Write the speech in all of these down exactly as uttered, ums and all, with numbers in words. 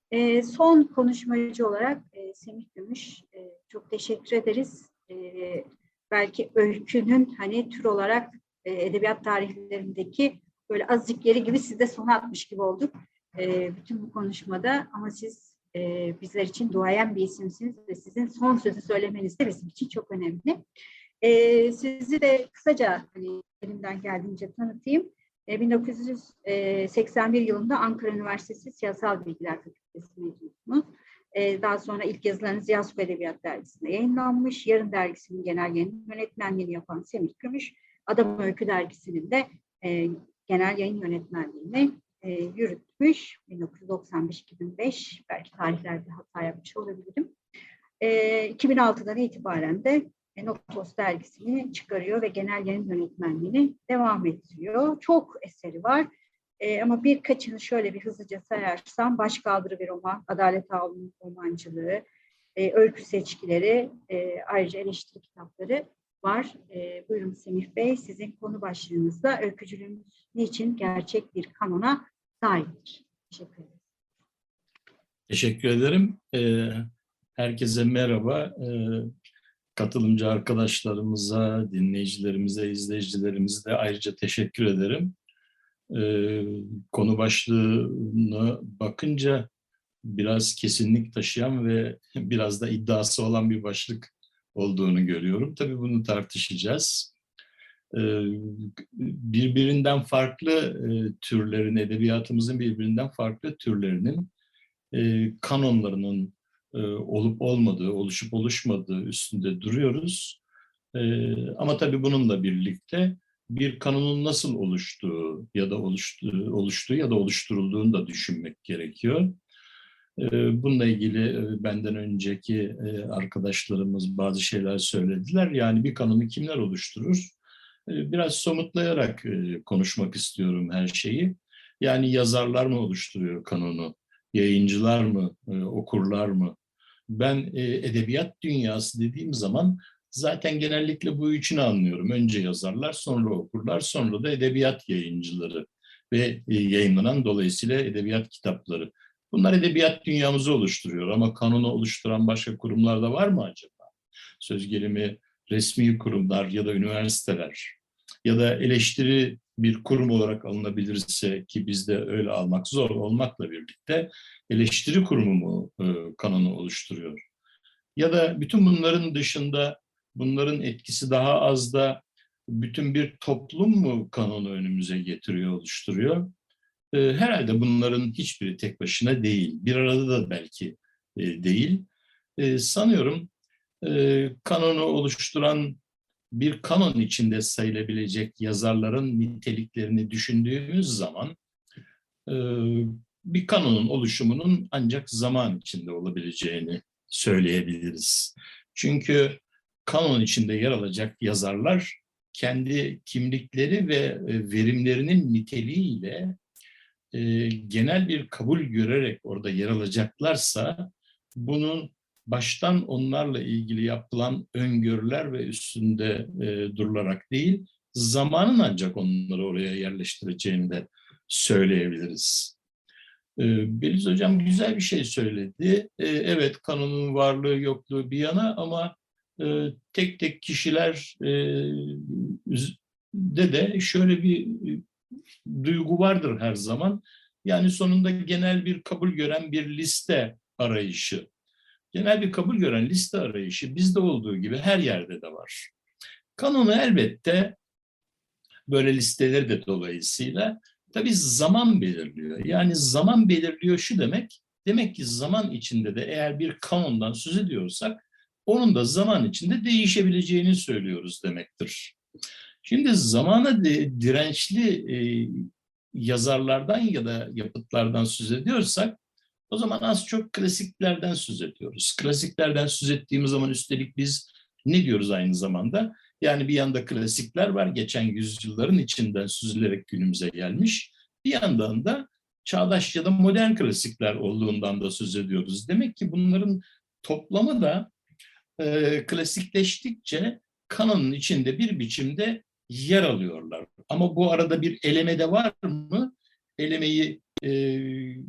E, son konuşmacı olarak e, Semih Gümüş. E, çok teşekkür ederiz. E, belki öykünün hani tür olarak e, edebiyat tarihlerindeki böyle azıcık yeri gibi siz de sona atmış gibi olduk. E, bütün bu konuşmada ama siz e, bizler için duayen bir isimsiniz ve sizin son sözü söylemeniz de bizim için çok önemli. E, sizi de kısaca hani elimden geldiğince tanıtayım. E, bin dokuz yüz seksen bir yılında Ankara Üniversitesi Siyasal Bilgiler Fakültesi mezunusunuz. E, daha sonra ilk yazılarınız Ziyasu Edebiyat Dergisi'nde yayınlanmış. Yarın Dergisi'nin genel yayın yönetmenliğini yapan Semih Gümüş, Adam Öykü Dergisi'nin de e, genel yayın yönetmenliğini e, yürütmüş. bin dokuz yüz doksan beş iki bin beş, belki tarihlerde hata yapmış olabilirim. E, iki bin altıdan itibaren de Notos dergisini çıkarıyor ve genel yayın yönetmenliğini devam ettiriyor. Çok eseri var. E, ama birkaçını şöyle bir hızlıca sayarsam, Başkaldırı bir roman, Adalet Ağaoğlu'nun romancılığı, e, öykü seçkileri, e, ayrıca eleştiri kitapları var. E, buyurun Semih Bey, sizin konu başlığınızda öykücülüğümüz niçin gerçek bir kanona sahiptir? Teşekkür ederim. Teşekkür ederim. E, herkese merhaba. E, Katılımcı arkadaşlarımıza, dinleyicilerimize, izleyicilerimize de ayrıca teşekkür ederim. Ee, konu başlığına bakınca biraz kesinlik taşıyan ve biraz da iddiası olan bir başlık olduğunu görüyorum. Tabii bunu tartışacağız. Ee, birbirinden farklı e, türlerin, edebiyatımızın birbirinden farklı türlerinin e, kanonlarının e, olup olmadığı, oluşup oluşmadığı üstünde duruyoruz. E, ama tabii bununla birlikte bir kanunun nasıl oluştuğu ya da oluştuğu, oluştuğu ya da oluşturulduğunu da düşünmek gerekiyor. E, bununla ilgili e, benden önceki e, arkadaşlarımız bazı şeyler söylediler. Yani bir kanunu kimler oluşturur? E, biraz somutlayarak e, konuşmak istiyorum her şeyi. Yani yazarlar mı oluşturuyor kanunu? Yayıncılar mı, e, okurlar mı? Ben e, edebiyat dünyası dediğim zaman zaten genellikle bu üçünü anlıyorum. Önce yazarlar, sonra okurlar, sonra da edebiyat yayıncıları ve e, yayınlanan dolayısıyla edebiyat kitapları. Bunlar edebiyat dünyamızı oluşturuyor ama kanunu oluşturan başka kurumlar da var mı acaba? Söz gelimi resmi kurumlar ya da üniversiteler ya da eleştiri bir kurum olarak alınabilirse, ki bizde öyle almak zor olmakla birlikte, eleştiri kurumu mu e, kanunu oluşturuyor? Ya da bütün bunların dışında, bunların etkisi daha az da bütün bir toplum mu kanunu önümüze getiriyor, oluşturuyor? E, herhalde bunların hiçbiri tek başına değil. Bir arada da belki e, değil. E, sanıyorum e, kanunu oluşturan bir kanon içinde sayılabilecek yazarların niteliklerini düşündüğümüz zaman e, bir kanonun oluşumunun ancak zaman içinde olabileceğini söyleyebiliriz. Çünkü kanon içinde yer alacak yazarlar kendi kimlikleri ve e, verimlerinin niteliğiyle e, genel bir kabul görerek orada yer alacaklarsa, bunun baştan onlarla ilgili yapılan öngörüler ve üstünde e, durularak değil, zamanın ancak onları oraya yerleştireceğini de söyleyebiliriz. E, Beliz Hocam güzel bir şey söyledi. E, evet, kanunun varlığı yokluğu bir yana ama e, tek tek kişiler e, de de şöyle bir e, duygu vardır her zaman. Yani sonunda genel bir kabul gören bir liste arayışı. Genel bir kabul gören liste arayışı bizde olduğu gibi her yerde de var. Kanunu elbette böyle listeleri de dolayısıyla tabii zaman belirliyor. Yani zaman belirliyor şu demek, demek ki zaman içinde de eğer bir kanundan söz ediyorsak onun da zaman içinde değişebileceğini söylüyoruz demektir. Şimdi zamana de, dirençli e, yazarlardan ya da yapıtlardan söz ediyorsak o zaman az çok klasiklerden söz ediyoruz. Klasiklerden söz ettiğimiz zaman üstelik biz ne diyoruz aynı zamanda? Yani bir yanda klasikler var, geçen yüzyılların içinden süzülerek günümüze gelmiş. Bir yandan da çağdaş ya da modern klasikler olduğundan da söz ediyoruz. Demek ki bunların toplamı da e, klasikleştikçe kanonun içinde bir biçimde yer alıyorlar. Ama bu arada bir eleme de var mı? Elemeyi e,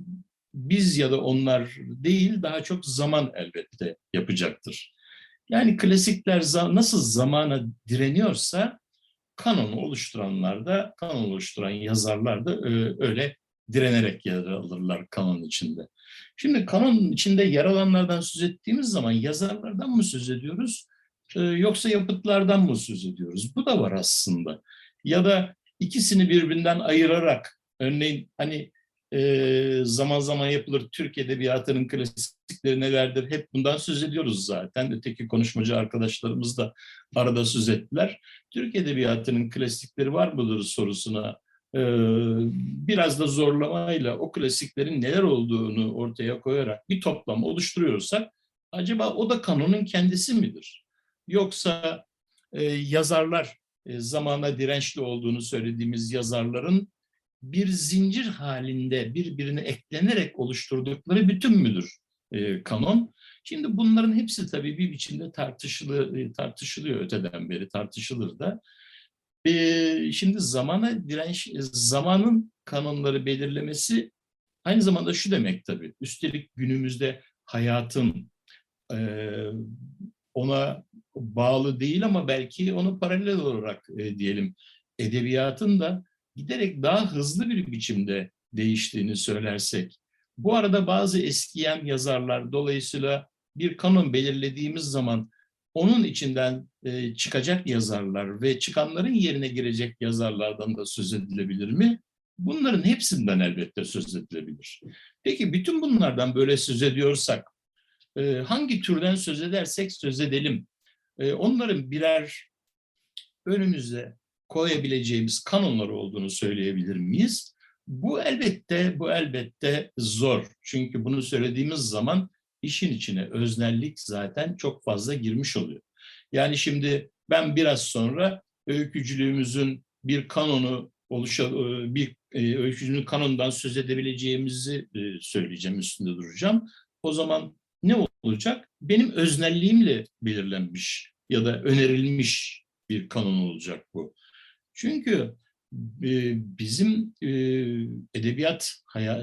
biz ya da onlar değil, daha çok zaman elbette yapacaktır. Yani klasikler nasıl zamana direniyorsa, kanonu oluşturanlar da, kanon oluşturan yazarlar da öyle direnerek yer alırlar kanon içinde. Şimdi kanonun içinde yer alanlardan söz ettiğimiz zaman yazarlardan mı söz ediyoruz, yoksa yapıtlardan mı söz ediyoruz? Bu da var aslında. Ya da ikisini birbirinden ayırarak, örneğin hani e, zaman zaman yapılır, Türk Edebiyatı'nın klasikleri nelerdir? Hep bundan söz ediyoruz zaten. Öteki konuşmacı arkadaşlarımız da arada söz ettiler. Türk Edebiyatı'nın klasikleri var mıdır sorusuna e, biraz da zorlamayla o klasiklerin neler olduğunu ortaya koyarak bir toplam oluşturuyorsak, acaba o da kanonun kendisi midir? Yoksa e, yazarlar, e, zamana dirençli olduğunu söylediğimiz yazarların bir zincir halinde birbirine eklenerek oluşturdukları bütün müdür e, kanon? Şimdi bunların hepsi tabii bir biçimde tartışılı, tartışılıyor, öteden beri tartışılır da. E, şimdi zamana direnç, zamanın kanonları belirlemesi aynı zamanda şu demek tabii. Üstelik günümüzde hayatın e, ona bağlı değil ama belki onu paralel olarak e, diyelim, edebiyatın da giderek daha hızlı bir biçimde değiştiğini söylersek, bu arada bazı eskiyen yazarlar, dolayısıyla bir kanon belirlediğimiz zaman onun içinden e, çıkacak yazarlar ve çıkanların yerine girecek yazarlardan da söz edilebilir mi? Bunların hepsinden elbette söz edilebilir. Peki bütün bunlardan böyle söz ediyorsak, e, hangi türden söz edersek söz edelim, e, onların birer önümüze koyabileceğimiz kanonları olduğunu söyleyebilir miyiz? Bu elbette, bu elbette zor. Çünkü bunu söylediğimiz zaman işin içine öznellik zaten çok fazla girmiş oluyor. Yani şimdi ben biraz sonra öykücülüğümüzün bir kanonu oluşa, bir öykücülüğün kanonundan söz edebileceğimizi söyleyeceğim, üstünde duracağım. O zaman ne olacak? Benim öznelliğimle belirlenmiş ya da önerilmiş bir kanon olacak bu. Çünkü e, bizim e, edebiyat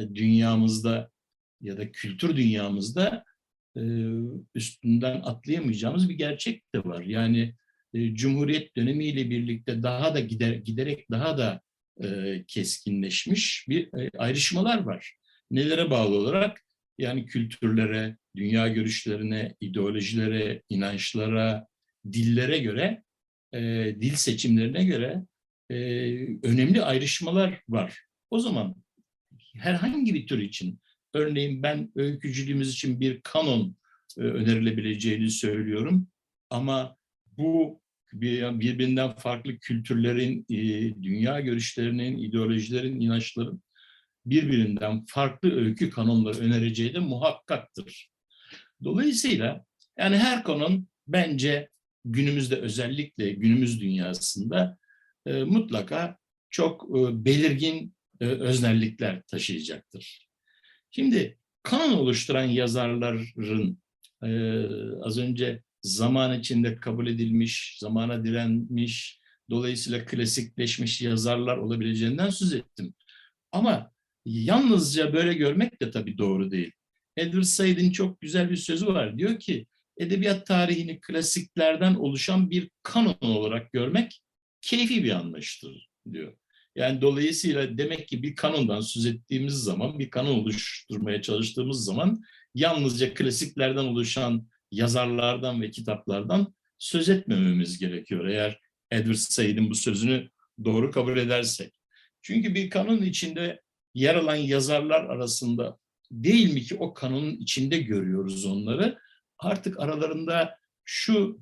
dünyamızda ya da kültür dünyamızda e, üstünden atlayamayacağımız bir gerçek de var. Yani e, Cumhuriyet dönemiyle birlikte daha da gider, giderek daha da e, keskinleşmiş bir e, ayrışmalar var. Nelere bağlı olarak? Yani kültürlere, dünya görüşlerine, ideolojilere, inançlara, dillere göre, e, dil seçimlerine göre e, önemli ayrışmalar var. O zaman herhangi bir tür için, örneğin ben öykücülüğümüz için bir kanon e, önerilebileceğini söylüyorum. Ama bu birbirinden farklı kültürlerin, e, dünya görüşlerinin, ideolojilerin, inançların birbirinden farklı öykü kanonları önereceği de muhakkaktır. Dolayısıyla yani her kanon bence günümüzde, özellikle günümüz dünyasında e, mutlaka çok e, belirgin e, öznellikler taşıyacaktır. Şimdi kanon oluşturan yazarların e, az önce zaman içinde kabul edilmiş, zamana direnmiş, dolayısıyla klasikleşmiş yazarlar olabileceğinden söz ettim. Ama yalnızca böyle görmek de tabii doğru değil. Edward Said'in çok güzel bir sözü var. Diyor ki, edebiyat tarihini klasiklerden oluşan bir kanon olarak görmek keyfi bir anlayıştır diyor. Yani dolayısıyla demek ki bir kanondan söz ettiğimiz zaman, bir kanon oluşturmaya çalıştığımız zaman yalnızca klasiklerden oluşan yazarlardan ve kitaplardan söz etmememiz gerekiyor. Eğer Edward Said'in bu sözünü doğru kabul edersek. Çünkü bir kanonun içinde yer alan yazarlar arasında değil mi ki o kanonun içinde görüyoruz onları. Artık aralarında şu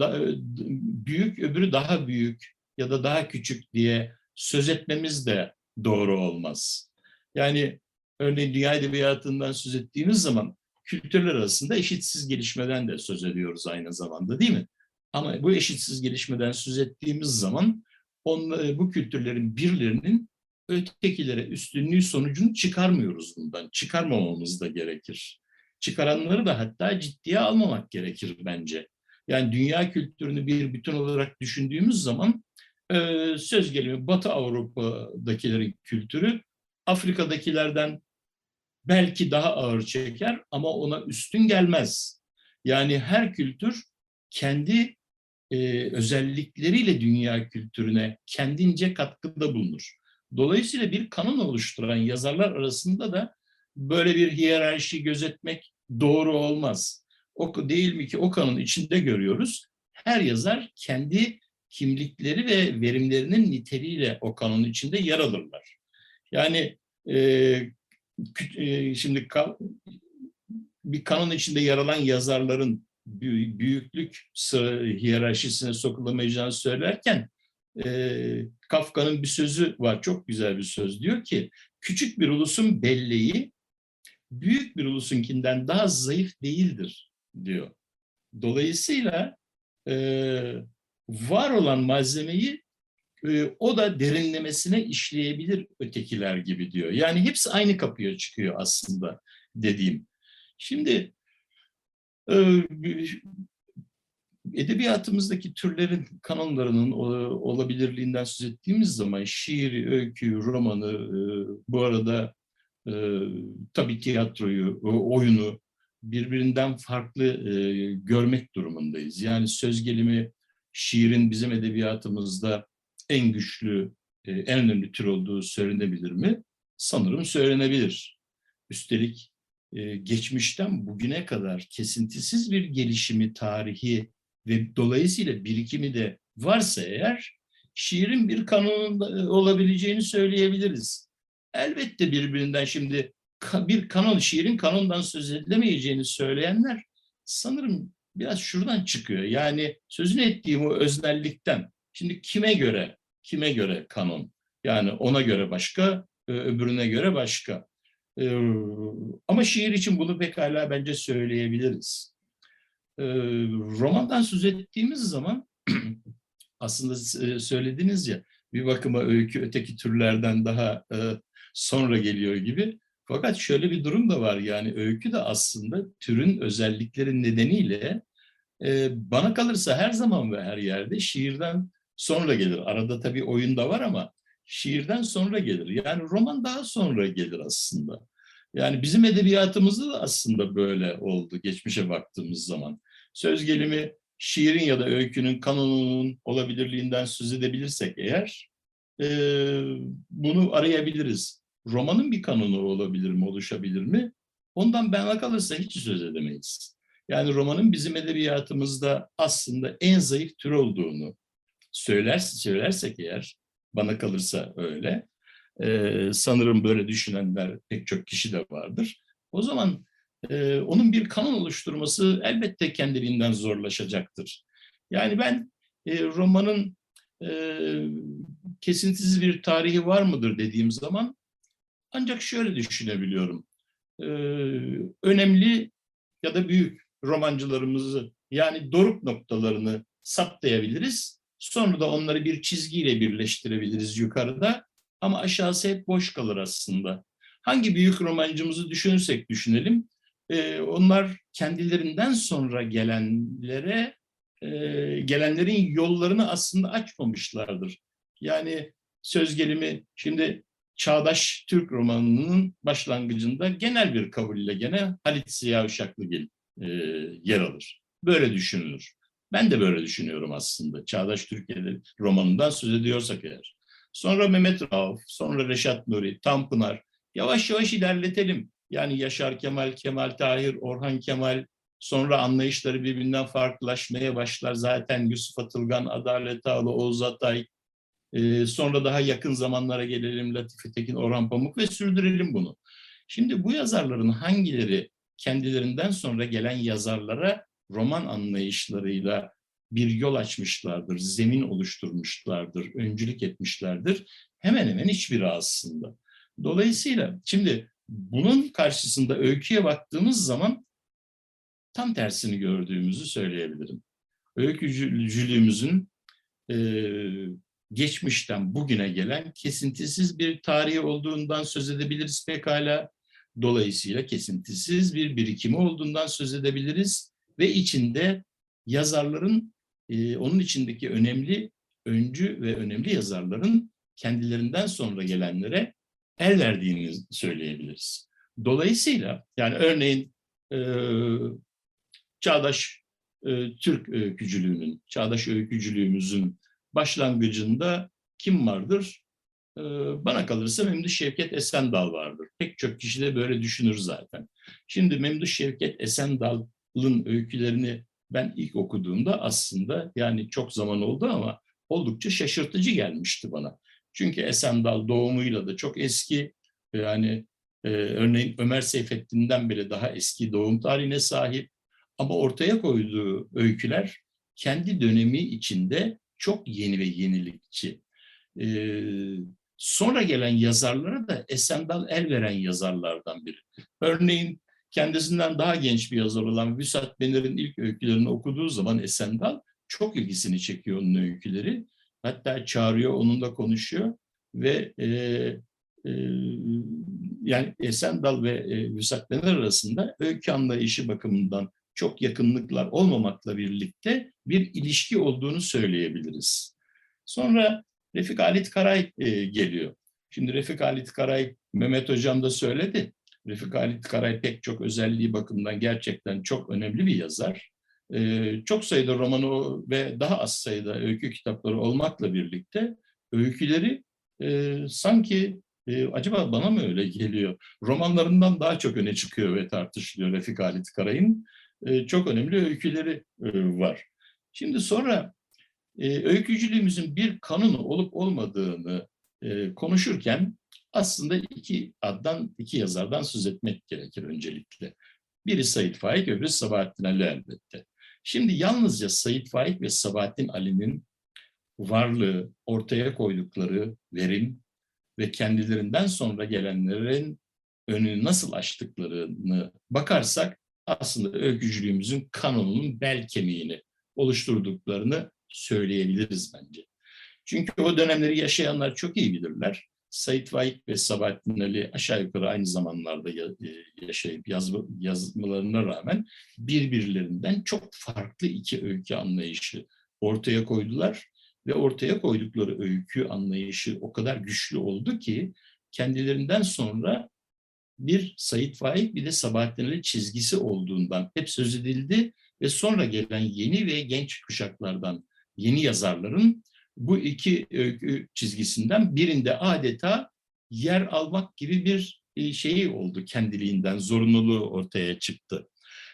büyük, öbürü daha büyük ya da daha küçük diye söz etmemiz de doğru olmaz. Yani örneğin dünya edebiyatından söz ettiğimiz zaman kültürler arasında eşitsiz gelişmeden de söz ediyoruz aynı zamanda, değil mi? Ama bu eşitsiz gelişmeden söz ettiğimiz zaman on, bu kültürlerin birilerinin ötekilere üstünlüğü sonucunu çıkarmıyoruz bundan. Çıkarmamamız da gerekir. Çıkaranları da hatta ciddiye almamak gerekir bence. Yani dünya kültürünü bir bütün olarak düşündüğümüz zaman söz gelimi Batı Avrupa'dakilerin kültürü Afrika'dakilerden belki daha ağır çeker ama ona üstün gelmez. Yani her kültür kendi e, özellikleriyle dünya kültürüne kendince katkıda bulunur. Dolayısıyla bir kanon oluşturan yazarlar arasında da böyle bir hiyerarşi gözetmek doğru olmaz. O değil mi ki o kanonun içinde görüyoruz. Her yazar kendi kimlikleri ve verimlerinin niteliğiyle o kanonun içinde yer alırlar. Yani e, e, şimdi ka, bir kanon içinde yer alan yazarların büyüklük hiyerarşisine sokulamayacağını söylerken e, Kafka'nın bir sözü var, çok güzel bir söz. Diyor ki, küçük bir ulusun belleği büyük bir ulusunkinden daha zayıf değildir diyor. Dolayısıyla e, var olan malzemeyi e, o da derinlemesine işleyebilir ötekiler gibi diyor. Yani hepsi aynı kapıya çıkıyor aslında dediğim. Şimdi e, edebiyatımızdaki türlerin kanonlarının olabilirliğinden söz ettiğimiz zaman şiiri, öyküyü, romanı, e, bu arada e, tabii tiyatroyu, oyunu birbirinden farklı e, görmek durumundayız. Yani söz gelimi şiirin bizim edebiyatımızda en güçlü, e, en önemli tür olduğu söylenebilir mi? Sanırım söylenebilir. Üstelik e, geçmişten bugüne kadar kesintisiz bir gelişimi, tarihi ve dolayısıyla birikimi de varsa eğer, şiirin bir kanonunda olabileceğini söyleyebiliriz. Elbette birbirinden şimdi bir kanon, şiirin kanondan söz edilemeyeceğini söyleyenler sanırım biraz şuradan çıkıyor. Yani sözünü ettiğim o öznellikten. Şimdi kime göre, kime göre kanon? Yani ona göre başka, öbürüne göre başka. Ama şiir için bunu pekala bence söyleyebiliriz. Romandan söz ettiğimiz zaman aslında söylediniz ya, bir bakıma öykü öteki türlerden daha sonra geliyor gibi. Fakat şöyle bir durum da var, yani öykü de aslında türün özellikleri nedeniyle bana kalırsa her zaman ve her yerde şiirden sonra gelir. Arada tabii oyun da var ama şiirden sonra gelir. Yani roman daha sonra gelir aslında. Yani bizim edebiyatımızda da aslında böyle oldu geçmişe baktığımız zaman. Söz gelimi şiirin ya da öykünün kanonunun olabilirliğinden söz edebilirsek eğer, e, bunu arayabiliriz. Romanın bir kanonu olabilir mi, oluşabilir mi? Ondan bana kalırsa hiç söz edemeyiz. Yani romanın bizim edebiyatımızda aslında en zayıf tür olduğunu söyler, söylersek eğer, bana kalırsa öyle. Ee, sanırım böyle düşünenler pek çok kişi de vardır. O zaman e, onun bir kanon oluşturması elbette kendiliğinden zorlaşacaktır. Yani ben e, romanın e, kesintisiz bir tarihi var mıdır dediğim zaman ancak şöyle düşünebiliyorum. E, önemli ya da büyük romancılarımızı, yani doruk noktalarını saptayabiliriz. Sonra da onları bir çizgiyle birleştirebiliriz yukarıda. Ama aşağısı hep boş kalır aslında. Hangi büyük romancımızı düşünürsek düşünelim, e, onlar kendilerinden sonra gelenlere, e, gelenlerin yollarını aslında açmamışlardır. Yani söz gelimi şimdi çağdaş Türk romanının başlangıcında genel bir kabulle gene Halit Ziya Uşaklıgil e, yer alır. Böyle düşünülür. Ben de böyle düşünüyorum aslında. Çağdaş Türkiye'de romanından söz ediyorsak eğer. Sonra Mehmet Rauf, sonra Reşat Nuri, Tanpınar. Yavaş yavaş ilerletelim. Yani Yaşar Kemal, Kemal Tahir, Orhan Kemal, sonra anlayışları birbirinden farklılaşmaya başlar. Zaten Yusuf Atılgan, Adalet Ağalı, Oğuz Atay. Ee, sonra daha yakın zamanlara gelelim, Latife Tekin, Orhan Pamuk ve sürdürelim bunu. Şimdi bu yazarların hangileri kendilerinden sonra gelen yazarlara roman anlayışlarıyla bir yol açmışlardır, zemin oluşturmuşlardır, öncülük etmişlerdir? Hemen hemen hiçbiri aslında. Dolayısıyla şimdi bunun karşısında öyküye baktığımız zaman tam tersini gördüğümüzü söyleyebilirim. Öykücülüğümüzün e, geçmişten bugüne gelen kesintisiz bir tarihi olduğundan söz edebiliriz pekala. Dolayısıyla kesintisiz bir birikimi olduğundan söz edebiliriz ve içinde yazarların, e, onun içindeki önemli öncü ve önemli yazarların kendilerinden sonra gelenlere el verdiğini söyleyebiliriz. Dolayısıyla yani örneğin e, çağdaş e, Türk öykücülüğünün, çağdaş öykücülüğümüzün başlangıcında kim vardır? E, bana kalırsa Memduh Şevket Esendal vardır. Pek çok kişi de böyle düşünür zaten. Şimdi Memduh Şevket Esendal'ın öykülerini ben ilk okuduğumda aslında yani çok zaman oldu ama oldukça şaşırtıcı gelmişti bana. Çünkü Esendal doğumuyla da çok eski, yani e, örneğin Ömer Seyfettin'den bile daha eski doğum tarihine sahip. Ama ortaya koyduğu öyküler kendi dönemi içinde çok yeni ve yenilikçi. Ee, sonra gelen yazarlara da Esendal el veren yazarlardan biri. Örneğin kendisinden daha genç bir yazar olan Vüsat Bener'in ilk öykülerini okuduğu zaman Esendal çok ilgisini çekiyor onun öyküleri. Hatta çağırıyor, onunla konuşuyor ve e, e, yani Esendal ve e, Vüsat Bener arasında öykü anlayışı bakımından çok yakınlıklar olmamakla birlikte bir ilişki olduğunu söyleyebiliriz. Sonra Refik Halit Karay e, geliyor. Şimdi Refik Halit Karay, Mehmet Hocam da söyledi. Refik Halit Karay pek çok özelliği bakımından gerçekten çok önemli bir yazar. E, çok sayıda romanı ve daha az sayıda öykü kitapları olmakla birlikte öyküleri e, sanki e, acaba bana mı öyle geliyor? Romanlarından daha çok öne çıkıyor ve tartışılıyor Refik Halit Karay'ın. E, çok önemli öyküleri e, var. Şimdi sonra e, öykücülüğümüzün bir kanunu olup olmadığını e, konuşurken aslında iki addan, iki yazardan söz etmek gerekir öncelikle. Biri Sait Faik, öbürü Sabahattin Ali elbette. Şimdi yalnızca Sait Faik ve Sabahattin Ali'nin varlığı, ortaya koydukları verim ve kendilerinden sonra gelenlerin önünü nasıl açtıklarını bakarsak aslında öykücülüğümüzün kanonunun bel kemiğini oluşturduklarını söyleyebiliriz bence. Çünkü o dönemleri yaşayanlar çok iyi bilirler. Sait Faik ve Sabahattin Ali aşağı yukarı aynı zamanlarda yaşayıp yazma, yazmalarına rağmen birbirlerinden çok farklı iki öykü anlayışı ortaya koydular. Ve ortaya koydukları öykü anlayışı o kadar güçlü oldu ki kendilerinden sonra bir Sait Faik bir de Sabahattin Ali çizgisi olduğundan hep söz edildi ve sonra gelen yeni ve genç kuşaklardan yeni yazarların bu iki öykü çizgisinden birinde adeta yer almak gibi bir şeyi oldu, kendiliğinden zorunluluğu ortaya çıktı.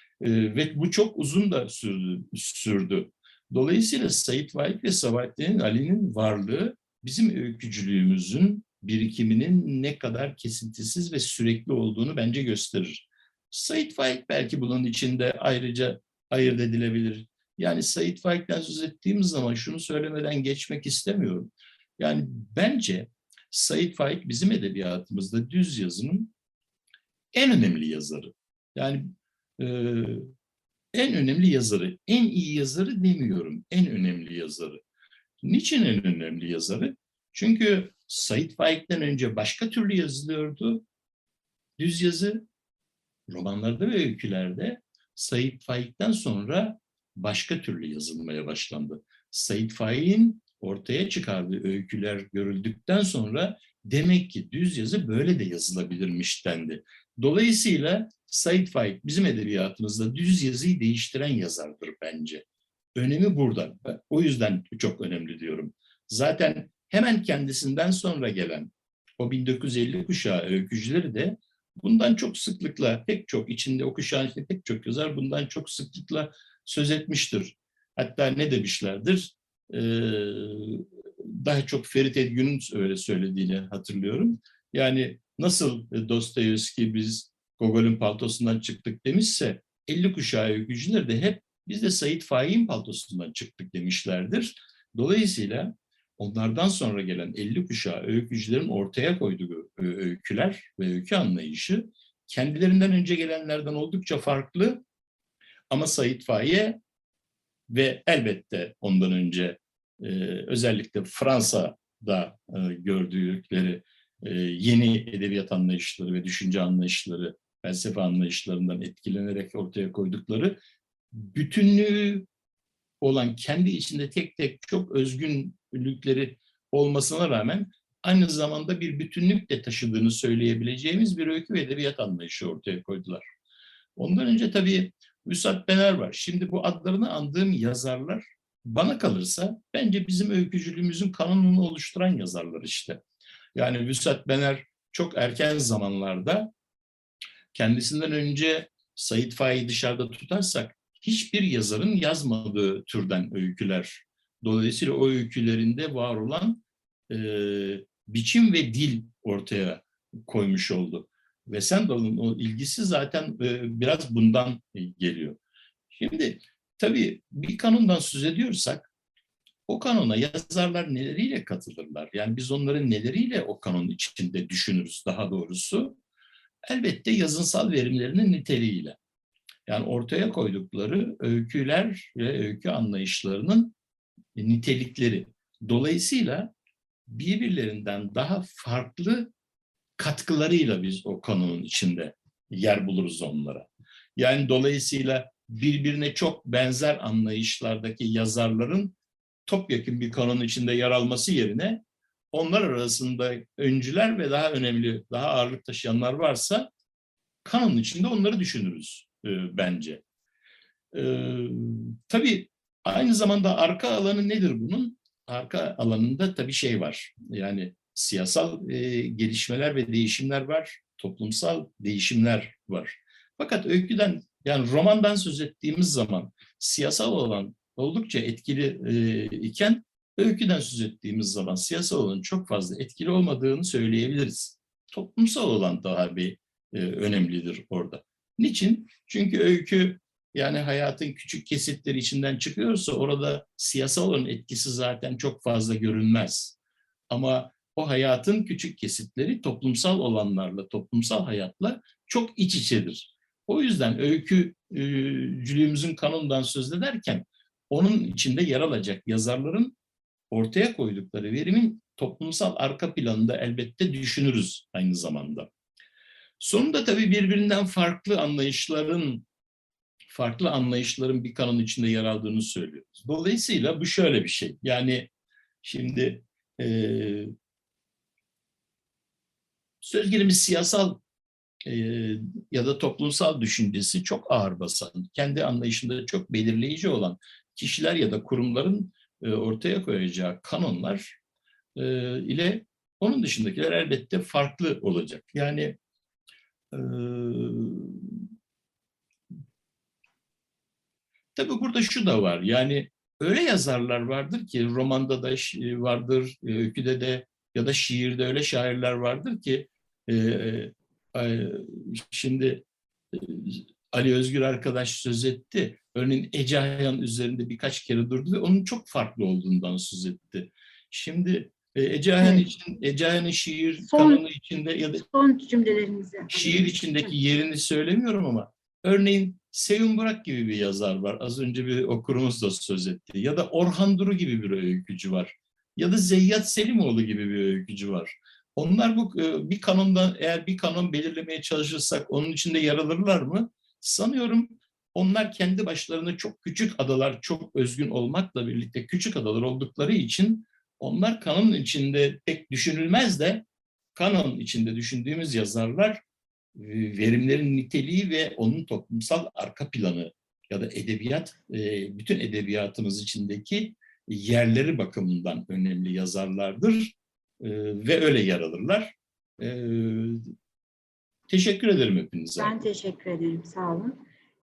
Ve bu çok uzun da sürdü. sürdü. Dolayısıyla Sait Faik ve Sabahattin Ali'nin varlığı bizim öykücülüğümüzün birikiminin ne kadar kesintisiz ve sürekli olduğunu bence gösterir. Sait Faik belki bunun içinde ayrıca ayırt edilebilir. Yani Sait Faik'ten söz ettiğimiz zaman şunu söylemeden geçmek istemiyorum. Yani bence Sait Faik bizim edebiyatımızda düz yazının en önemli yazarı. Yani e, en önemli yazarı, en iyi yazarı demiyorum, en önemli yazarı. Niçin en önemli yazarı? Çünkü Sait Faik'ten önce başka türlü yazılıyordu. Düz yazı, romanlarda ve öykülerde Sait Faik'ten sonra başka türlü yazılmaya başlandı. Sait Faik'in ortaya çıkardığı öyküler görüldükten sonra demek ki düz yazı böyle de yazılabilirmiş dendi. Dolayısıyla Sait Faik bizim edebiyatımızda düz yazıyı değiştiren yazardır bence. Önemi burada. O yüzden çok önemli diyorum. Zaten hemen kendisinden sonra gelen o bin dokuz yüz elli kuşağı öykücüleri de bundan çok sıklıkla, pek çok içinde o kuşağın içinde pek çok yazar bundan çok sıklıkla söz etmiştir. Hatta ne demişlerdir? Ee, daha çok Ferit Edgün'ün öyle söylediğini hatırlıyorum. Yani nasıl Dostoyevski biz Gogol'ün paltosundan çıktık demişse elli kuşağı öykücüler de hep biz de Sait Faik'in paltosundan çıktık demişlerdir. Dolayısıyla onlardan sonra gelen elli kuşağı öykücülerin ortaya koyduğu öyküler ve öykü anlayışı kendilerinden önce gelenlerden oldukça farklı ama Sait Faik'e ve elbette ondan önce e, özellikle Fransa'da e, gördükleri e, yeni edebiyat anlayışları ve düşünce anlayışları, felsefe anlayışlarından etkilenerek ortaya koydukları bütünlüğü olan kendi içinde tek tek çok özgünlükleri olmasına rağmen aynı zamanda bir bütünlük de taşıdığını söyleyebileceğimiz bir öykü ve edebiyat anlayışı ortaya koydular. Ondan önce tabii Vüsat Bener var. Şimdi bu adlarını andığım yazarlar bana kalırsa bence bizim öykücülüğümüzün kanununu oluşturan yazarlar işte. Yani Vüsat Bener çok erken zamanlarda, kendisinden önce Sait Faik'i dışarıda tutarsak, hiçbir yazarın yazmadığı türden öyküler. Dolayısıyla o öykülerinde var olan e, biçim ve dil ortaya koymuş oldu. Ve Stendhal'ın o ilgisi zaten e, biraz bundan geliyor. Şimdi tabii bir kanundan söz ediyorsak, o kanona yazarlar neleriyle katılırlar? Yani biz onların neleriyle o kanun içinde düşünürüz daha doğrusu? Elbette yazınsal verimlerinin niteliğiyle. Yani ortaya koydukları öyküler ve öykü anlayışlarının nitelikleri. Dolayısıyla birbirlerinden daha farklı katkılarıyla biz o kanunun içinde yer buluruz onlara. Yani dolayısıyla birbirine çok benzer anlayışlardaki yazarların topyekun bir kanun içinde yer alması yerine, onlar arasında öncüler ve daha önemli, daha ağırlık taşıyanlar varsa kanun içinde onları düşünürüz e, bence. E, tabii aynı zamanda arka alanı nedir bunun? Arka alanında tabii şey var. Yani siyasal e, gelişmeler ve değişimler var. Toplumsal değişimler var. Fakat öyküden, yani romandan söz ettiğimiz zaman siyasal olan oldukça etkili e, iken, öyküden söz ettiğimiz zaman siyasal olan çok fazla etkili olmadığını söyleyebiliriz. Toplumsal olan daha bir e, önemlidir orada. Niçin? Çünkü öykü, yani hayatın küçük kesitleri içinden çıkıyorsa orada siyasal olan etkisi zaten çok fazla görünmez. Ama o hayatın küçük kesitleri toplumsal olanlarla, toplumsal hayatla çok iç içedir. O yüzden öykücülüğümüzün kanundan söz ederken, onun içinde yer alacak yazarların ortaya koydukları verimin toplumsal arka planında elbette düşünürüz aynı zamanda. Sonunda tabii birbirinden farklı anlayışların, farklı anlayışların bir kanun içinde yer aldığını söylüyoruz. Dolayısıyla bu şöyle bir şey. Yani şimdi e, söz gelimi siyasal e, ya da toplumsal düşüncesi çok ağır basan, kendi anlayışında çok belirleyici olan kişiler ya da kurumların e, ortaya koyacağı kanunlar e, ile onun dışındakiler elbette farklı olacak. Yani e, tabii burada şu da var. Yani öyle yazarlar vardır ki, romanda da vardır, öyküde de ya da şiirde öyle şairler vardır ki, e, e, şimdi e, Ali Özgür arkadaş söz etti. Örneğin Ece Ayhan üzerinde birkaç kere durdu ve onun çok farklı olduğundan söz etti. Şimdi e, Ece Ayhan Evet. için, Ece Ayhan'ın şiir Son, kanunu içinde ya da son cümlelerimizi şiir içindeki yerini söylemiyorum ama örneğin Sevim Burak gibi bir yazar var. Az önce bir okurumuz da söz etti. Ya da Orhan Duru gibi bir öykücü var. Ya da Zeyyat Selimoğlu gibi bir öykücü var. Onlar bu bir kanondan, eğer bir kanon belirlemeye çalışırsak onun içinde yer alırlar mı? Sanıyorum onlar kendi başlarına çok küçük adalar, çok özgün olmakla birlikte küçük adalar oldukları için onlar kanonun içinde pek düşünülmez de, kanon içinde düşündüğümüz yazarlar verimlerin niteliği ve onun toplumsal arka planı ya da edebiyat, bütün edebiyatımız içindeki yerleri bakımından önemli yazarlardır ve öyle yer alırlar. Teşekkür ederim hepinize. Ben teşekkür ederim. Sağ olun.